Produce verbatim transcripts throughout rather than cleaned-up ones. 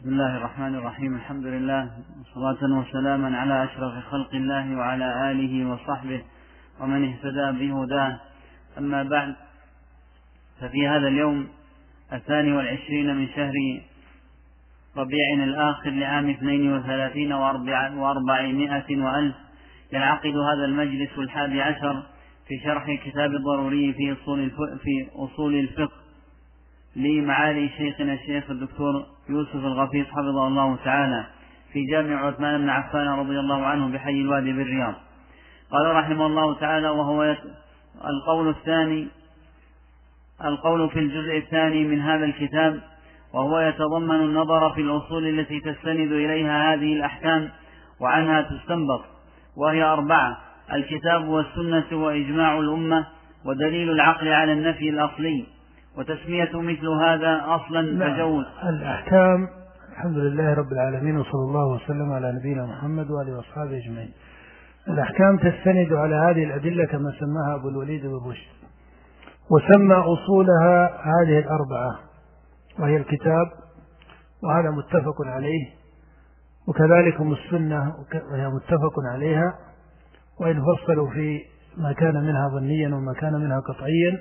بسم الله الرحمن الرحيم. الحمد لله صلاة وسلاما على أشرف خلق الله وعلى آله وصحبه ومن اهتدى بهداه. أما بعد، ففي هذا اليوم الثاني والعشرين من شهر ربيع الآخر لعام اثنين وثلاثين وأربعمائة وألف ينعقد هذا المجلس الحادي عشر في شرح كتاب الضروري في أصول في أصول الفقه لمعالي شيخنا الشيخ الدكتور يوسف الغفيص حفظه الله تعالى في جامع عثمان بن عفان رضي الله عنه بحي الوادي بالرياض. قال رحمه الله تعالى: وهو القول الثاني القول في الجزء الثاني من هذا الكتاب، وهو يتضمن النظر في الأصول التي تستند إليها هذه الأحكام وعنها تستنبط، وهي أربعة: الكتاب والسنة وإجماع الأمة ودليل العقل على النفي الأصلي. وتسمية مثل هذا أصلا فجول الأحكام. الحمد لله رب العالمين، وصلى الله وسلم على نبينا محمد وآله وأصحابه أجمعين. الأحكام تستند على هذه الأدلة كما سماها أبو الوليد بن رشد، وسمى أصولها هذه الأربعة، وهي الكتاب وهذا متفق عليه، وكذلك السنة وهي متفق عليها، وإن فصلوا في ما كان منها ظنيا وما كان منها قطعيا،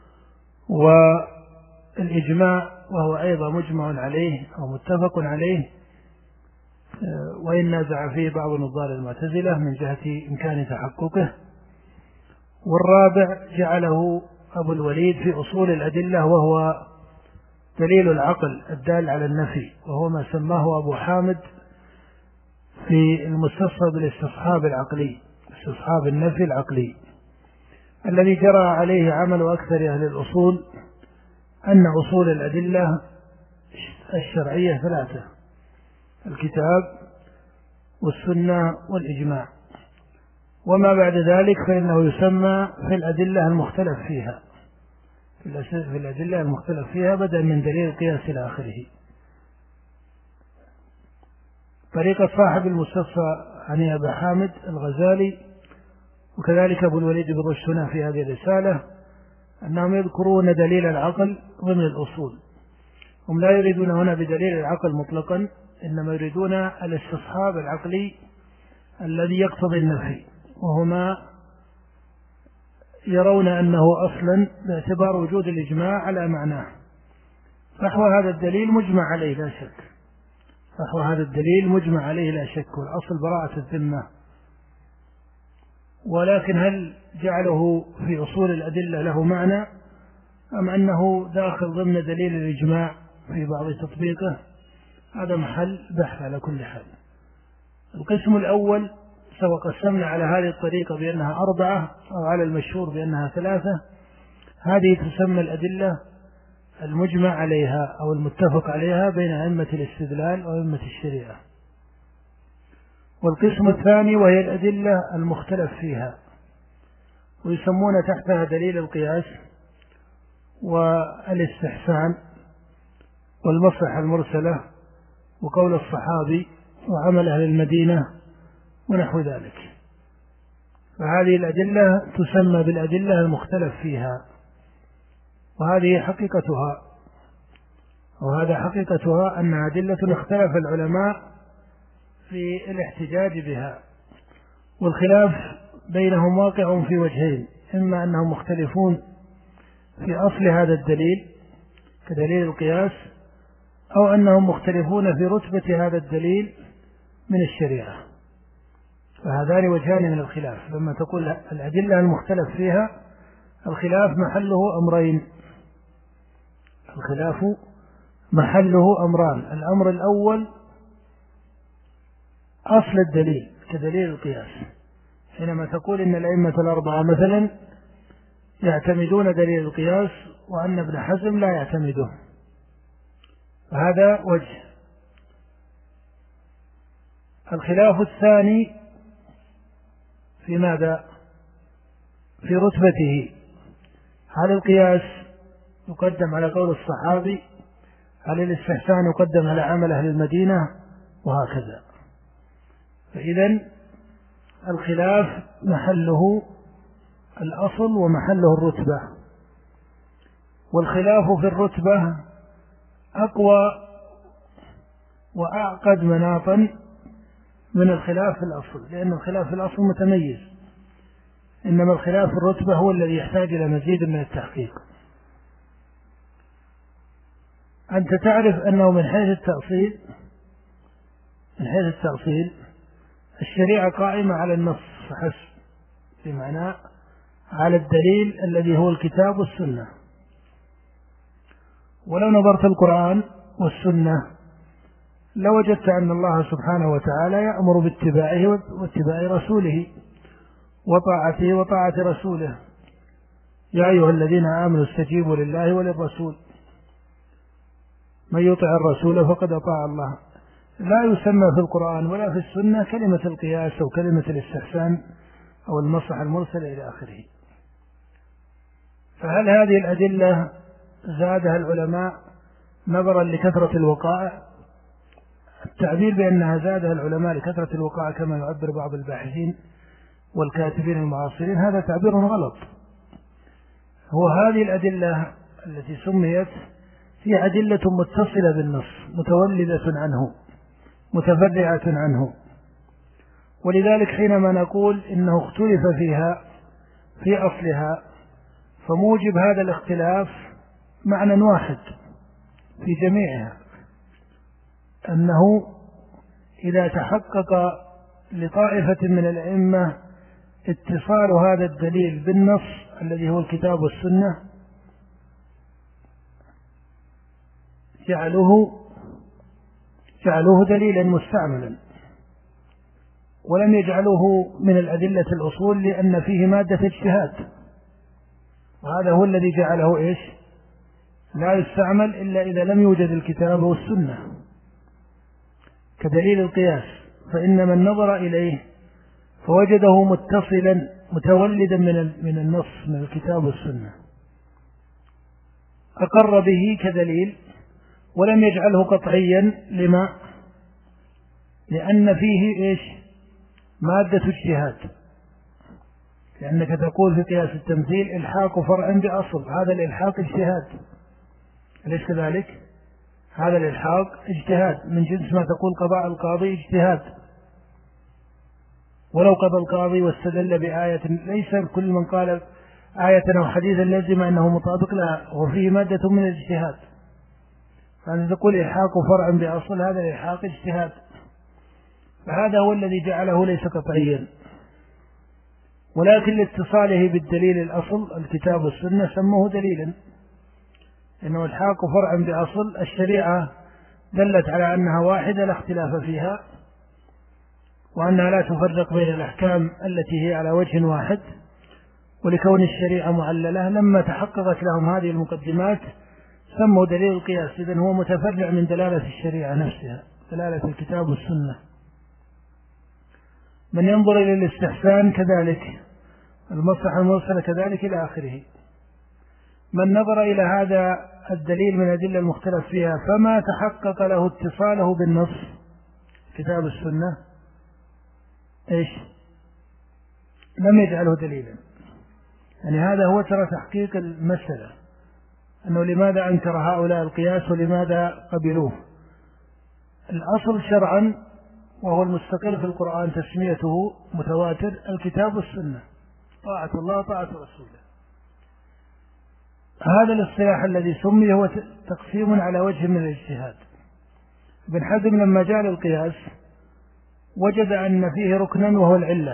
والإجماع وهو أيضا مجمع عليه أو متفق عليه، وإن نازع فيه بعض نظار المعتزلة من جهة إمكان تحققه. والرابع جعله أبو الوليد في أصول الأدلة، وهو دليل العقل الدال على النفي، وهو ما سماه أبو حامد في المستصحب بالاستصحاب العقلي، استصحاب النفي العقلي، الذي جرى عليه عمل أكثر أهل الأصول، أن أصول الأدلة الشرعية ثلاثة: الكتاب والسنة والإجماع، وما بعد ذلك فإنه يسمى في الأدلة المختلف فيها، في الأدلة المختلف فيها بدءا من دليل القياس إلى آخره. طريقة صاحب المستصفى عن أبي حامد الغزالي وكذلك أبو الوليد بن رشد في هذه الرسالة أنهم يذكرون دليل العقل ضمن الأصول. هم لا يريدون هنا بدليل العقل مطلقا، إنما يريدون الاستصحاب العقلي الذي يقتضي النفي، وهما يرون أنه أصلا باعتبار وجود الإجماع على معناه، فحوى هذا الدليل مجمع عليه لا شك، فحوى هذا الدليل مجمع عليه لا شك، والأصل براءة الذمة. ولكن هل جعله في أصول الأدلة له معنى، أم أنه داخل ضمن دليل الإجماع في بعض تطبيقه؟ هذا محل بحث على كل حال. القسم الأول سواء قسمنا على هذه الطريقة بأنها أربعة أو على المشهور بأنها ثلاثة، هذه تسمى الأدلة المجمع عليها أو المتفق عليها بين أئمة الاستدلال وأئمة الشريعة. والقسم الثاني وهي الأدلة المختلف فيها، ويسمون تحتها دليل القياس والاستحسان والمصلحة المرسلة وقول الصحابي وعمل أهل المدينة ونحو ذلك. فهذه الأدلة تسمى بالأدلة المختلف فيها، وهذه حقيقتها، وهذا حقيقتها أنها أدلة اختلف العلماء في الاحتجاج بها، والخلاف بينهم واقع في وجهين: إما أنهم مختلفون في أصل هذا الدليل كدليل القياس، أو أنهم مختلفون في رتبة هذا الدليل من الشريعة. فهذان وجهان من الخلاف. لما تقول الأدلة المختلف فيها، الخلاف محله أمرين، الخلاف محله أمران. الأمر الأول أصل الدليل كدليل القياس، حينما تقول إن الأئمة الأربعة مثلا يعتمدون دليل القياس وأن ابن حزم لا يعتمده، فهذا وجه. الخلاف الثاني في ماذا؟ في رتبته. هل القياس يقدم على قول الصحابي؟ هل الاستحسان يقدم على عمل أهل المدينة؟ وهكذا. فإذن الخلاف محله الأصل ومحله الرتبة، والخلاف في الرتبة أقوى وأعقد مناطا من الخلاف في الأصل، لأن الخلاف في الأصل متميز، إنما الخلاف في الرتبة هو الذي يحتاج إلى مزيد من التحقيق. أنت تعرف أنه من حيث التأصيل من حيث التأصيل الشريعة قائمة على النص فحسب، بمعنى على الدليل الذي هو الكتاب والسنة. ولو نظرت القرآن والسنة لوجدت أن الله سبحانه وتعالى يأمر باتباعه واتباع رسوله وطاعته وطاعة رسوله. يا أيها الذين آمنوا استجيبوا لله وللرسول، من يطع الرسول فقد أطاع الله. لا يسمى في القرآن ولا في السنة كلمة القياس أو كلمة الاستحسان أو المصلحة المرسلة إلى آخره. فهل هذه الأدلة زادها العلماء نظرا لكثرة الوقائع؟ التعبير بأنها زادها العلماء لكثرة الوقائع كما يعبر بعض الباحثين والكاتبين المعاصرين هذا تعبير غلط. هو هذه الأدلة التي سميت هي أدلة متصلة بالنص متولدة عنه متفرعة عنه، ولذلك حينما نقول إنه اختلف فيها في أصلها فموجب هذا الاختلاف معنى واحد في جميعها، أنه إذا تحقق لطائفة من الأئمة اتصال هذا الدليل بالنص الذي هو الكتاب والسنة جعلوه جعلوه دليلا مستعملا، ولم يجعلوه من الأدلة الأصول لأن فيه مادة اجتهاد، وهذا هو الذي جعله إيش لا يستعمل إلا إذا لم يوجد الكتاب والسنة كدليل القياس، فإن من نظر إليه فوجده متصلا متولدا من من النص من الكتاب والسنة أقر به كدليل ولم يجعله قطعيا. لما؟ لأن فيه إيش مادة اجتهاد، لأنك تقول في قياس التمثيل إلحاق فرع بأصل، هذا الإلحاق اجتهاد، أليس كذلك؟ هذا الإلحاق اجتهاد من جنس ما تقول قضاء القاضي اجتهاد، ولو قضى القاضي واستدل بآية ليس كل من قال آية أو حديثا لازم أنه مطابق لها وفيه مادة من الاجتهاد، فأنت تقول إلحاق فرع بأصل هذا الإلحاق اجتهاد، فهذا هو الذي جعله ليس قطعيا، ولكن لاتصاله بالدليل الأصل الكتاب والسنة سموه دليلا، إنه إلحاق فرع بأصل. الشريعة دلت على أنها واحدة لا اختلاف فيها، وأنها لا تفرق بين الأحكام التي هي على وجه واحد، ولكون الشريعة معللة لما تحققت لهم هذه المقدمات سموا دليل القياس، إذن هو متفرع من دلالة الشريعة نفسها دلالة الكتاب والسنة. من ينظر إلى الاستحسان كذلك، المصلحة المرسلة كذلك إلى آخره. من نظر إلى هذا الدليل من الأدلة المختلف فيها فما تحقق له اتصاله بالنص كتاب السنة إيش لم يجعله دليلا. يعني هذا هو ترى تحقيق المسألة، أنه لماذا أنكر هؤلاء القياس ولماذا قبلوه. الأصل شرعا وهو المستقر في القرآن تسميته متواتر الكتاب والسنة، طاعة الله وطاعة رسوله. هذا الاصطلاح الذي سمي هو تقسيم على وجه من الاجتهاد. ابن حزم لما جاء للقياس وجد أن فيه ركنا وهو العلة،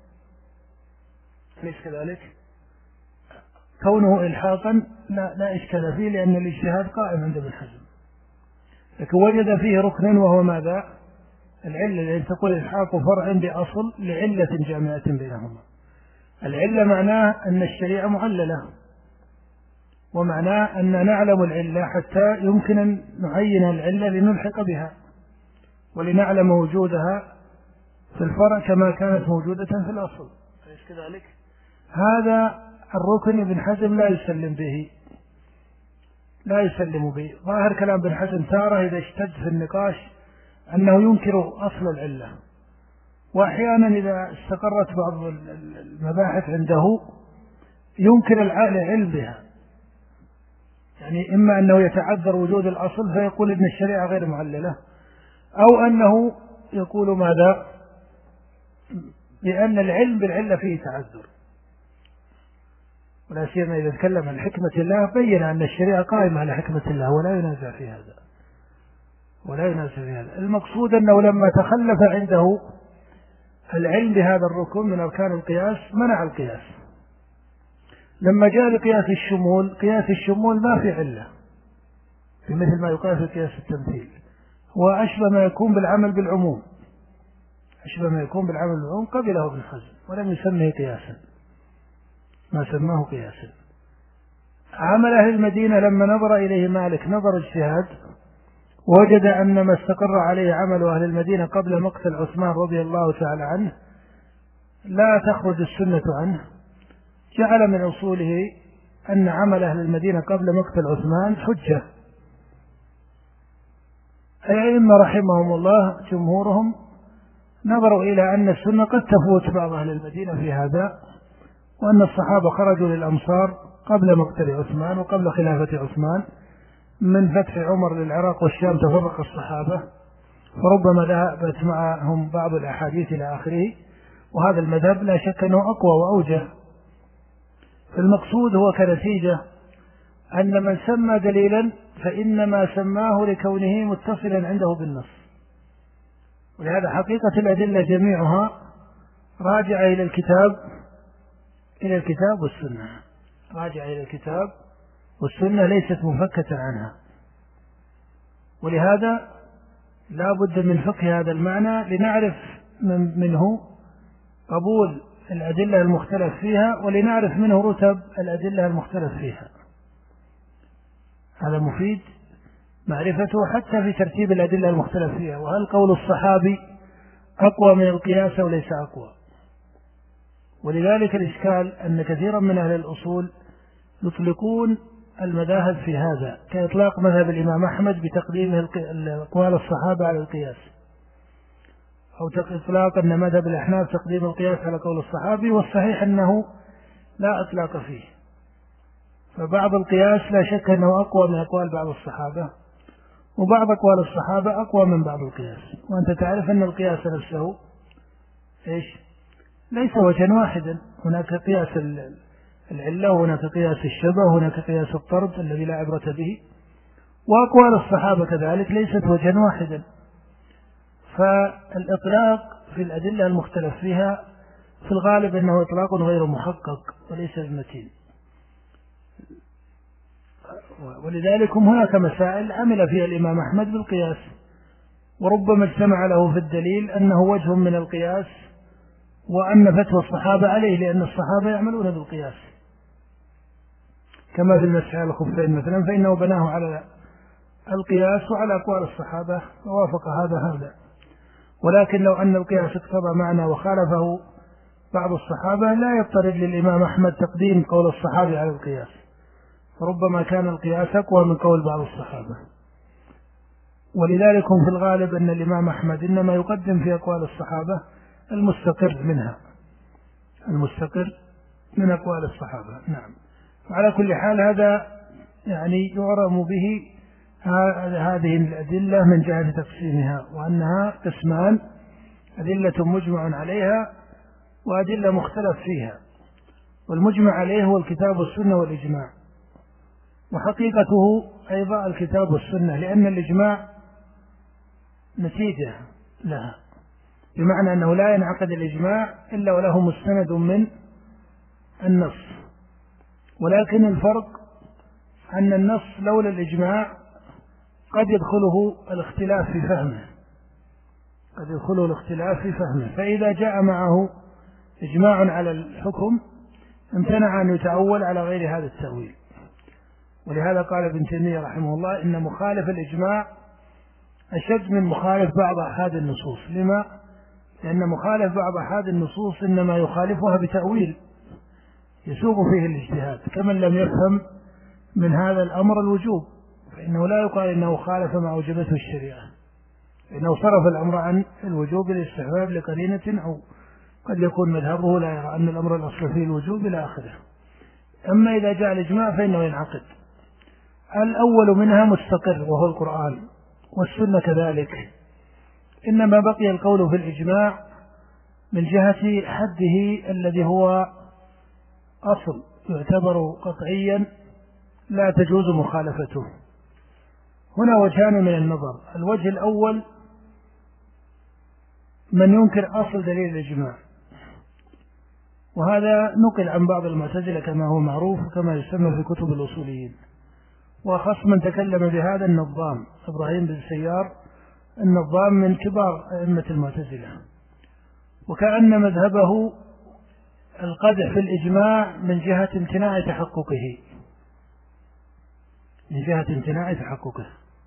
ليس كذلك؟ كونه إلحاقا لا, لا إشكال فيه لأن الاجتهاد قائم عند ابن حزم، لكن وجد فيه ركنا وهو ماذا؟ العلة، لأن تقول إلحاق فرع بأصل لعلة جامعة بينهما. العلة معناه أن الشريعة معللة، ومعناه أن نعلم العلة حتى يمكن أن نعين العلة لنلحق بها ولنعلم وجودها في الفرع كما كانت موجودة في الأصل، أليس كذلك؟ هذا الركن ابن حزم لا يسلم به لا يسلم به ظاهر كلام ابن حزم تارة إذا اشتد في النقاش أنه ينكر أصل العلة، وأحيانا إذا استقرت بعض المباحث عنده ينكر العلم بها، يعني إما أنه يتعذر وجود الأصل فيقول إن الشريعة غير معللة، أو أنه يقول ماذا؟ بأن العلم بالعلة فيه تعذر، ولا سيما إذا تكلم عن حكمة الله بين أن الشريعة قائمة على حكمة الله ولا ينازع في هذا ولا ينازع في هذا. المقصود أنه لما تخلف عنده العلم بهذا الركن من أركان القياس منع القياس. لما جاء لقياس الشمول، قياس الشمول ما في علة مثل ما يقال في قياس التمثيل، هو أشبه ما يكون بالعمل بالعموم، أشبه ما يكون بالعمل بالعموم، قبله ابن حزم ولم يسميه قياسا، ما سماه قياسا. عمل أهل المدينة لما نظر إليه مالك نظر اجتهاد، وجد أن ما استقر عليه عمل أهل المدينة قبل مقتل عثمان رضي الله تعالى عنه لا تخرج السنة عنه، جعل من أصوله أن عمل أهل المدينة قبل مقتل عثمان حجة. الأئمة رحمهم الله جمهورهم نظروا إلى أن السنة قد تفوت بعض أهل المدينة في هذا، وأن الصحابة خرجوا للأمصار قبل مقتل عثمان وقبل خلافة عثمان، من فتح عمر للعراق والشام تفرق الصحابة، فربما ذهبت معهم بعض الأحاديث إلى آخره، وهذا المذهب لا شك أنه أقوى وأوجه. فالمقصود هو كنتيجة أن من سمى دليلا فإنما سماه لكونه متصلا عنده بالنص، ولهذا حقيقة الأدلة جميعها راجعة إلى الكتاب إلى الكتاب والسنة، راجعة إلى الكتاب والسنة، ليست منفكة عنها. ولهذا لا بد من فقه هذا المعنى لنعرف من منه قبول الأدلة المختلف فيها، ولنعرف منه رتب الأدلة المختلف فيها. هذا مفيد معرفته حتى في ترتيب الأدلة المختلف فيها، وهل قول الصحابي أقوى من القياس وليس أقوى. ولذلك الإشكال أن كثيرا من أهل الأصول يطلقون المذاهب في هذا، كإطلاق مذهب الإمام أحمد بتقديم أقوال الصحابة على القياس، أو إطلاق أن مذهب الأحناف تقديم القياس على قول الصحابي، والصحيح أنه لا إطلاق فيه. فبعض القياس لا شك أنه أقوى من أقوال بعض الصحابة، وبعض أقوال الصحابة أقوى من بعض القياس. وأنت تعرف أن القياس نفسه إيش؟ ليس وجها واحدا، هناك قياس العلة، وهناك قياس الشبه، وهناك قياس الطرد الذي لا عبرة به، وأقوال الصحابة كذلك ليست وجها واحدا. فالإطلاق في الأدلة المختلف فيها في الغالب أنه إطلاق غير محقق وليس بمتين. ولذلك هناك مسائل عمل فيها الإمام أحمد بالقياس، وربما اجتمع له في الدليل أنه وجه من القياس، وأن فتوى الصحابة عليه، لأن الصحابة يعملون بالقياس، كما في المسح على الخفين مثلا، فإنه بناه على القياس وعلى أقوال الصحابة ووافق هذا هذا. ولكن لو أن القياس اقتضى معنى وخالفه بعض الصحابة لا يضطرد للإمام أحمد تقديم قول الصحابي على القياس، فربما كان القياس أقوى من قول بعض الصحابة. ولذلك في الغالب أن الإمام أحمد إنما يقدم في أقوال الصحابة المستقر منها، المستقر من أقوال الصحابة. نعم. وعلى كل حال هذا يعني يعرم به هذه الأدلة من جهة تقسيمها، وأنها قسمان: أدلة مجمع عليها وأدلة مختلف فيها. والمجمع عليه هو الكتاب والسنة والإجماع، وحقيقته أيضا الكتاب والسنة، لأن الإجماع نتيجة لها، بمعنى أنه لا ينعقد الإجماع إلا وله مستند من النص. ولكن الفرق أن النص لولا الإجماع قد يدخله الاختلاف في فهمه، قد يدخله الاختلاف في فهمه فإذا جاء معه إجماع على الحكم امتنع أن يتأول على غير هذا التأويل. ولهذا قال ابن تيمية رحمه الله إن مخالف الإجماع أشد من مخالف بعض أحاد النصوص. لما؟ لأن مخالف بعض أحاد النصوص إنما يخالفها بتأويل يسوغ فيه الاجتهاد، كمن لم يفهم من هذا الأمر الوجوب، فإنه لا يقال إنه خالف ما أوجبته الشريعة، إنه صرف الأمر عن الوجوب للاستحباب لقرينة، أو قد يكون مذهبه لا يرى أن الأمر الأصل فيه الوجوب إلى آخره. أما إذا جاء الإجماع فإنه ينعقد. الأول منها مستقر وهو القرآن، والسنة كذلك، إنما بقي القول في الإجماع من جهة حده الذي هو أصل يعتبر قطعيا لا تجوز مخالفته. هنا وجهان من النظر. الوجه الأول من ينكر أصل دليل الإجماع، وهذا نقل عن بعض المعتزلة كما هو معروف كما يسمى في كتب الأصوليين، وخص من تكلم بهذا النظام إبراهيم بن سيار، النظام من كبار أئمة المعتزلة، وكأن مذهبه القدح في الإجماع من جهة امتناع تحققه من جهة امتناع تحققه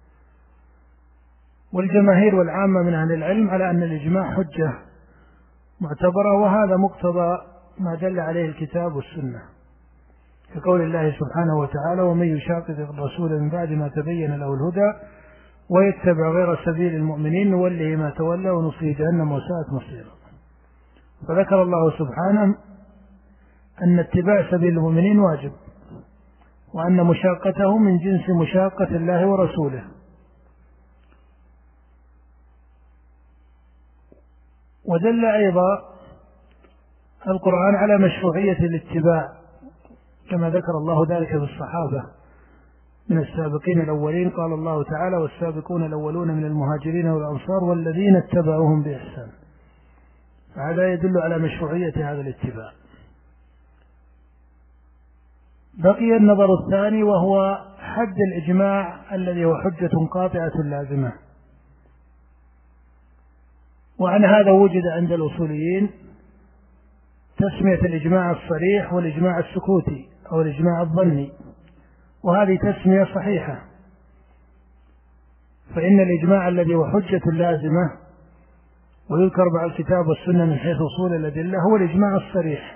والجماهير والعامة من أهل العلم على أن الإجماع حجة معتبرة، وهذا مقتضى ما دل عليه الكتاب والسنة، كقول الله سبحانه وتعالى: ومن يشاقق الرسول من بعد ما تبين له الهدى ويتبع غير سبيل المؤمنين نوله ما تولى ونصليه جهنم وساءت مصيرا. فذكر الله سبحانه أن اتباع سبيل المؤمنين واجب، وأن مشاقته من جنس مشاقة الله ورسوله. ودل أيضا القرآن على مشروعية الاتباع كما ذكر الله ذلك في الصحابة من السابقين الأولين. قال الله تعالى: والسابقون الأولون من المهاجرين والأنصار والذين اتبعوهم بإحسان. هذا يدل على مشروعية هذا الاتباع. بقي النظر الثاني وهو حد الإجماع الذي هو حجة قاطعة لازمة، وعن هذا وجد عند الأصوليين تسمية الإجماع الصريح والإجماع السكوتي أو الإجماع الظني، وهذه تسمية صحيحة، فإن الإجماع الذي هو حجة لازمة ويذكر مع الكتاب والسنة من حيث أصول الأدلة هو الإجماع الصريح،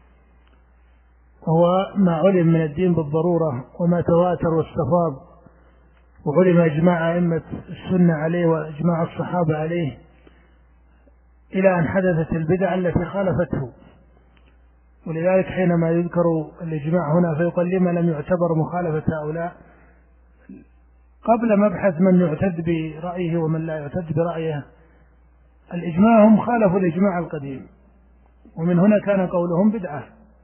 وهو ما علم من الدين بالضرورة وما تواتر واستفاض وعلم إجماع أئمة السنة عليه وإجماع الصحابة عليه إلى أن حدثت البدع التي خالفته. ولذلك حينما يذكر الإجماع هنا فيقال لما لم يعتبر مخالفة هؤلاء قبل مبحث من يعتد برأيه ومن لا يعتد برأيه. الإجماع هم خالفوا الإجماع القديم، ومن هنا كان قولهم بدعة.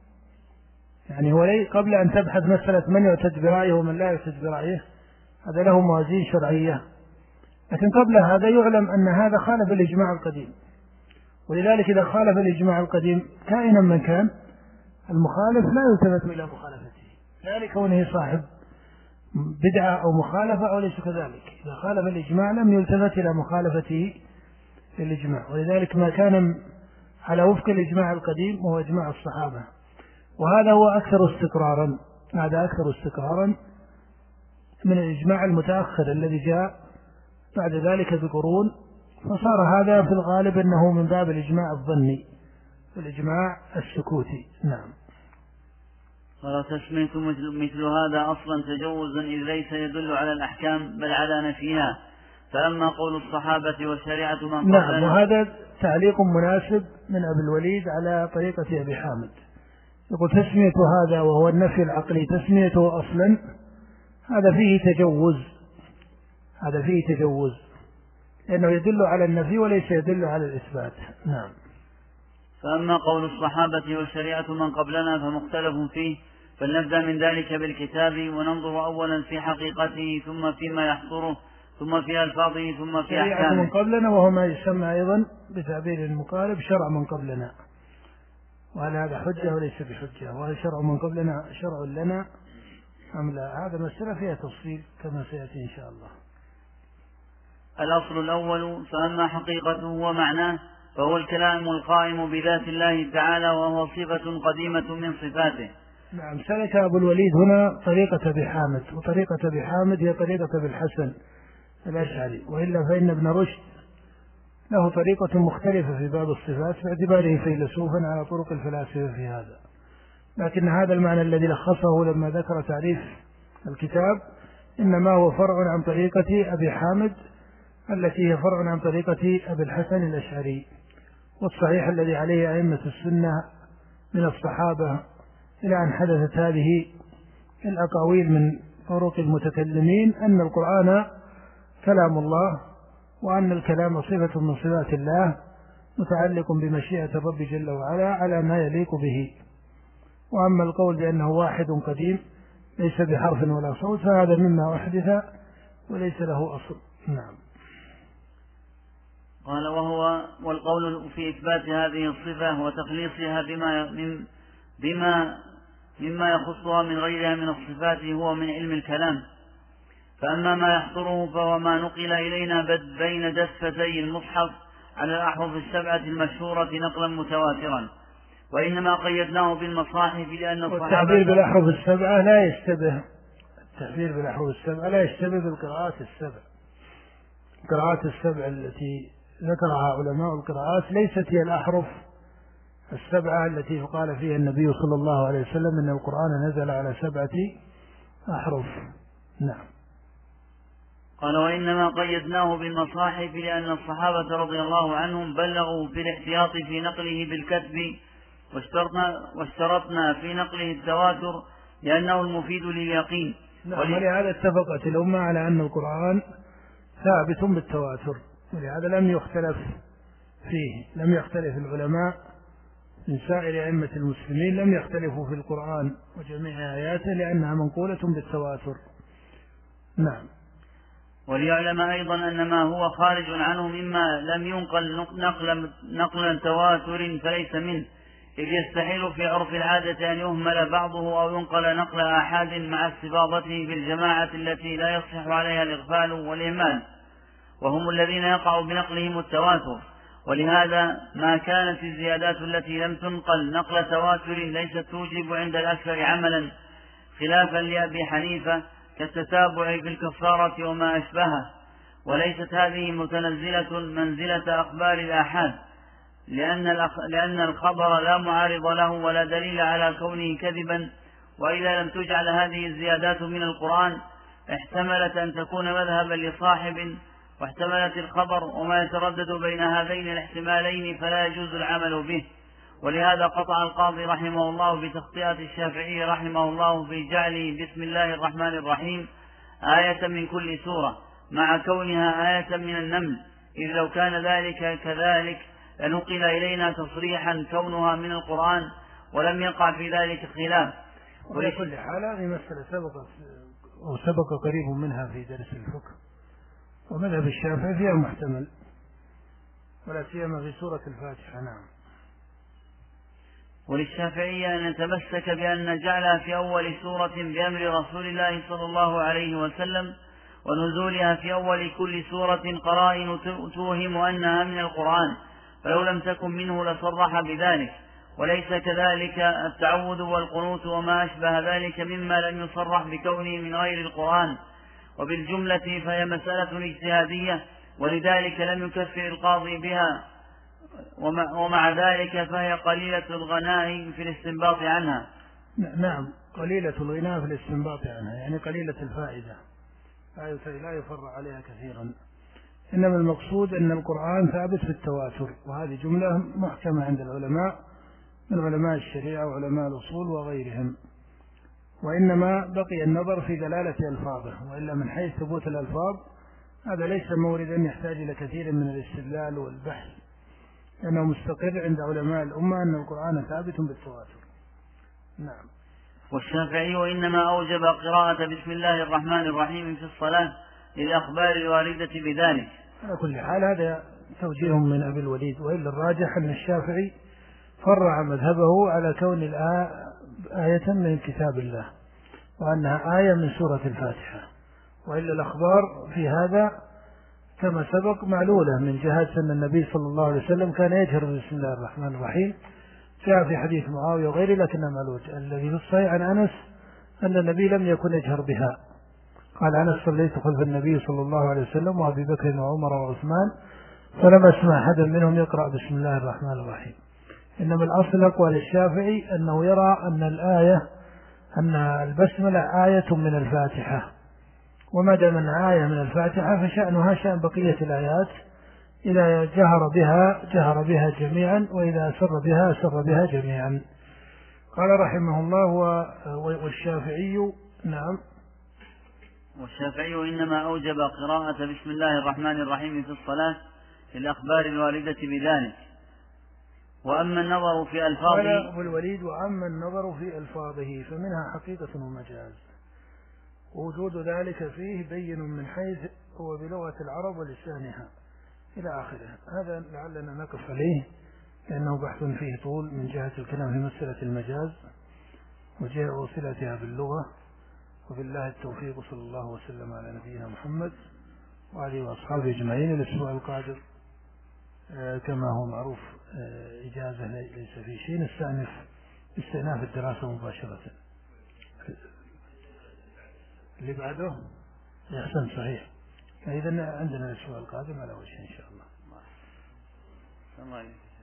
يعني هو قبل أن تبحث مسألة من يعتد برأيه ومن لا يعتد برأيه هذا له موازين شرعية، لكن قبل هذا يعلم أن هذا خالف الإجماع القديم. ولذلك إذا خالف الإجماع القديم كائنا من كان المخالف لا يلتفت إلى مخالفته، لا لكونه صاحب بدعة أو مخالفة أو ليس كذلك. إذا خالف الإجماع لم يلتفت إلى مخالفته للإجماع، ولذلك ما كان على وفق الإجماع القديم وهو إجماع الصحابة، وهذا هو أكثر استقرارا هذا أكثر استقرارا من الإجماع المتأخر الذي جاء بعد ذلك بقرون، فصار هذا في الغالب أنه من باب الإجماع الظني والإجماع السكوتي. نعم. صار تسمية مثل هذا أصلا تجوزا إذ ليس يدل على الأحكام بل على نفيها، فأما قول الصحابة والشريعة من قبلنا. نعم، وهذا تعليق مناسب من أبي الوليد على طريقة أبي حامد، يقول تسمية هذا وهو النفي العقلي تسميته أصلا هذا فيه تجوز هذا فيه تجوز لأنه يدل على النفي وليس يدل على الإثبات. نعم. فأما قول الصحابة والشريعة من قبلنا فمختلف فيه، فلنبدأ من ذلك بالكتاب وننظر أولا في حقيقته ثم فيما يحضره ثم في ألفاظه ثم في أحكامه. شريعة من قبلنا وهو ما يسمى أيضا بتعبير المقارب شرع من قبلنا، وهل هذا حجة وليس بحجة، وهل شرع من قبلنا شرع لنا أم لا، هذا مسألة فيها تفصيل كما سيأتي إن شاء الله. الأصل الأول فأما حقيقته ومعناه فهو الكلام القائم بذات الله تعالى وهو صفة قديمة من صفاته. نعم. سلك أبو الوليد هنا طريقة أبي حامد، وطريقة أبي حامد هي طريقة أبي الحسن الأشعري، وإلا فإن ابن رشد له طريقة مختلفة في باب الصفات باعتباره فيلسوفا على طرق الفلاسفة في هذا، لكن هذا المعنى الذي لخصه لما ذكر تعريف الكتاب إنما هو فرع عن طريقة أبي حامد التي هي فرع عن طريقة أبي الحسن الأشعري. والصحيح الذي عليه أئمة السنة من الصحابة إلى أن حدثت هذه الأقاويل من طرق المتكلمين أن القرآن كلام الله وأن الكلام صفة من صفات الله متعلق بمشيئة الرب جل وعلا على ما يليق به. وأما القول بأنه واحد قديم ليس بحرف ولا صوت فهذا مما أحدث وليس له أصل. نعم. قال وهو والقول في إثبات هذه الصفة وتخليصها بما بما مما يخصها من غيرها من الصفات هو من علم الكلام. فأما ما يحضره فهو ما نقل إلينا بين دفتي المصحف على الأحرف السبعة المشهورة نقلا متواترا، وإنما قيدناه بالمصاحف لأن الصحابة التعبير بالأحرف السبعة لا يشتبه التعبير بالأحرف السبعة لا يشتبه بالقراءات السبع. القراءات السبع التي ذكرها علماء القراءات ليست هي الأحرف السبعة التي قال فيها النبي صلى الله عليه وسلم إن القرآن نزل على سبعة أحرف. نعم. قال وإنما قيدناه بالمصاحف لأن الصحابة رضي الله عنهم بلغوا بالاحتياط في نقله بالكتب، واشترطنا, واشترطنا في نقله التواتر لأنه المفيد لليقين. نعم. ولهذا اتفقت الأمة على أن القرآن ثابت بالتواتر، ولهذا لم يختلف فيه، لم يختلف العلماء من سائر أئمة المسلمين لم يختلفوا في القرآن وجميع آياته لأنها منقولة بالتواتر. نعم. وليعلم أيضا أن ما هو خارج عنه مما لم ينقل نقلا, نقلا تواتر فليس منه، إذ يستحيل في عرف العادة أن يهمل بعضه أو ينقل نقل أحد مع استفاضته بالجماعة التي لا يصح عليها الإغفال والإهمال، وهم الذين يقع بنقلهم التواتر. ولهذا ما كانت الزيادات التي لم تنقل نقل تواتر ليست توجب عند الأكثر عملا، خلافا لأبي حنيفة كالتتابع في الكفارة وما أشبهه. وليست هذه متنزلة منزلة أخبار الآحاد، لأن, لأن الخبر لا معارض له ولا دليل على كونه كذبا. وإذا لم تجعل هذه الزيادات من القرآن احتملت أن تكون مذهبا لصاحب، واحتملت الخبر وما يتردد بين هذين الاحتمالين فلا يجوز العمل به. ولهذا قطع القاضي رحمه الله بتخطئة الشافعي رحمه الله في جعل بسم الله الرحمن الرحيم آية من كل سورة مع كونها آية من النمل، إذ لو كان ذلك كذلك لنقل إلينا تصريحا كونها من القرآن ولم يقع في ذلك خلاف. وعلى كل حال هذه مسألة سبقت أو سبق قريب منها في درس الفقه، ومذهب الشافعي فيها محتمل ولا سيما في سورة الفاتحة. نعم. وللشافعية أن يتمسك بأن جعلها في أول سورة بأمر رسول الله صلى الله عليه وسلم، ونزولها في أول كل سورة قرائن توهم أنها من القرآن، فلو لم تكن منه لصرح بذلك. وليس كذلك التعوذ والقنوت وما أشبه ذلك مما لم يصرح بكونه من غير القرآن. وبالجملة فهي مسألة اجتهادية، ولذلك لم يكفر القاضي بها، ومع ذلك فهي قليلة الغناء في الاستنباط عنها. نعم، قليلة الغناء في الاستنباط عنها، يعني قليلة الفائدة، لا يفر عليها كثيرا. إنما المقصود أن القرآن ثابت في التواتر، وهذه جملة محكمة عند العلماء من علماء الشريعة وعلماء الأصول وغيرهم. وإنما بقي النظر في دلالة ألفاظه، وإلا من حيث ثبوت الألفاظ هذا ليس موردا يحتاج إلى كثير من الاستدلال والبحث، لأنه مستقر عند علماء الأمة أن القرآن ثابت بالتواتر. نعم. والشافعي وإنما أوجب قراءة بسم الله الرحمن الرحيم في الصلاة للأخبار الواردة بذلك. على كل حال هذا توجيه من أبي الوليد، وإلا الراجح أن الشافعي فرع مذهبه على كون الآية آية من كتاب الله، وأنها آية من سورة الفاتحة. وإلا الأخبار في هذا كما سبق معلولة من جهة أن النبي صلى الله عليه وسلم كان يجهر بسم الله الرحمن الرحيم، جاء في حديث معاوية وغيره، لكنها معلولة. الذي في الصحيح عن أنس أن النبي لم يكن يجهر بها، قال أنس صليت خلف النبي صلى الله عليه وسلم وأبي بكر وعمر وعثمان فلم أسمع أحدا منهم يقرأ بسم الله الرحمن الرحيم. إنما الأصل أقوال الشافعي أنه يرى أن الآية أن البسملة آية من الفاتحة، وما دام أنها آية من الفاتحة فشأنها شأن بقية الآيات، إذا جهر بها جهر بها جميعا، وإذا أسر بها أسر بها جميعا. قال رحمه الله والشافعي نعم والشافعي إنما أوجب قراءة بسم الله الرحمن الرحيم في الصلاة للأخبار الواردة بذلك. وأما النظر في ألفاظه، قال أبو الوليد: وأما النظر في ألفاظه فمنها حقيقة ومجاز، ووجود ذلك فيه بين من حيث هو بلغة العرب ولسانها إلى آخره. هذا لعلنا نقف عليه لأنه بحث فيه طول من جهة الكلام في مسألة المجاز وجهة وصلتها باللغة. وبالله التوفيق، صلى الله وسلم على نبينا محمد وعليه وأصحابه أجمعين. الأسبوع القادم كما هو معروف إجازة ليس في شيء، نستأنف استئناف الدراسة مباشرة. اللي بعده يحسن صحيح. إذن عندنا الأسبوع القادم على وجه إن شاء الله. الله